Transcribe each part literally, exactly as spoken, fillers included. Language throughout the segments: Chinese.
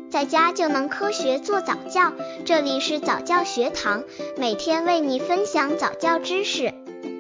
在家就能科学做早教。这里是早教学堂，每天为你分享早教知识。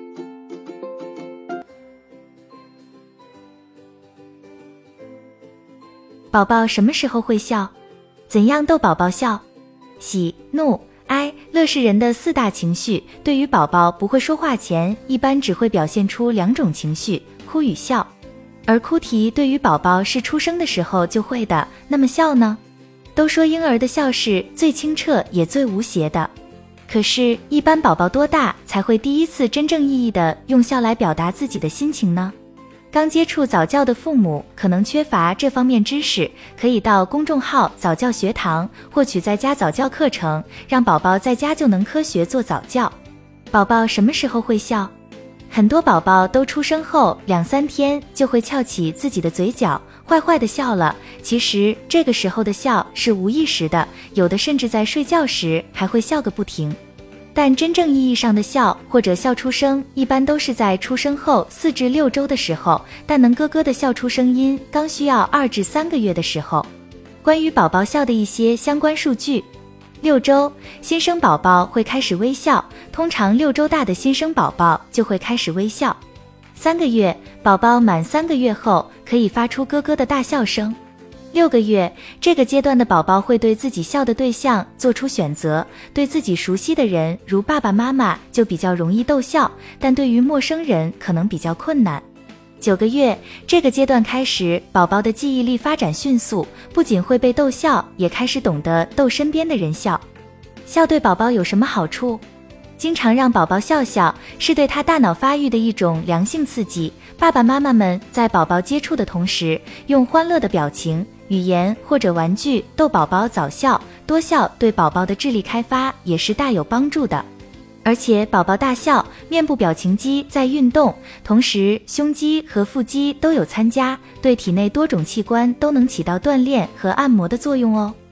宝宝什么时候会笑？怎样逗宝宝笑？喜、怒、哀、乐是人的四大情绪，对于宝宝不会说话前，一般只会表现出两种情绪，哭与笑。而哭啼对于宝宝是出生的时候就会的，那么笑呢？都说婴儿的笑是最清澈也最无邪的，可是，一般宝宝多大才会第一次真正意义的用笑来表达自己的心情呢？刚接触早教的父母可能缺乏这方面知识，可以到公众号早教学堂获取在家早教课程，让宝宝在家就能科学做早教。宝宝什么时候会笑？很多宝宝都出生后两三天就会翘起自己的嘴角，坏坏的笑了。其实这个时候的笑是无意识的，有的甚至在睡觉时还会笑个不停。但真正意义上的笑或者笑出声，一般都是在出生后四至六周的时候，但能咯咯的笑出声音，刚需要二至三个月的时候。关于宝宝笑的一些相关数据：六周，新生宝宝会开始微笑，通常六周大的新生宝宝就会开始微笑。三个月，宝宝满三个月后可以发出咯咯的大笑声。六个月，这个阶段的宝宝会对自己笑的对象做出选择，对自己熟悉的人如爸爸妈妈就比较容易逗笑，但对于陌生人可能比较困难。九个月，这个阶段开始，宝宝的记忆力发展迅速，不仅会被逗笑，也开始懂得逗身边的人笑。笑对宝宝有什么好处？经常让宝宝笑笑，是对他大脑发育的一种良性刺激。爸爸妈妈们在宝宝接触的同时，用欢乐的表情、语言或者玩具逗宝宝早笑，多笑对宝宝的智力开发也是大有帮助的。而且宝宝大笑，面部表情肌在运动，同时胸肌和腹肌都有参加，对体内多种器官都能起到锻炼和按摩的作用哦。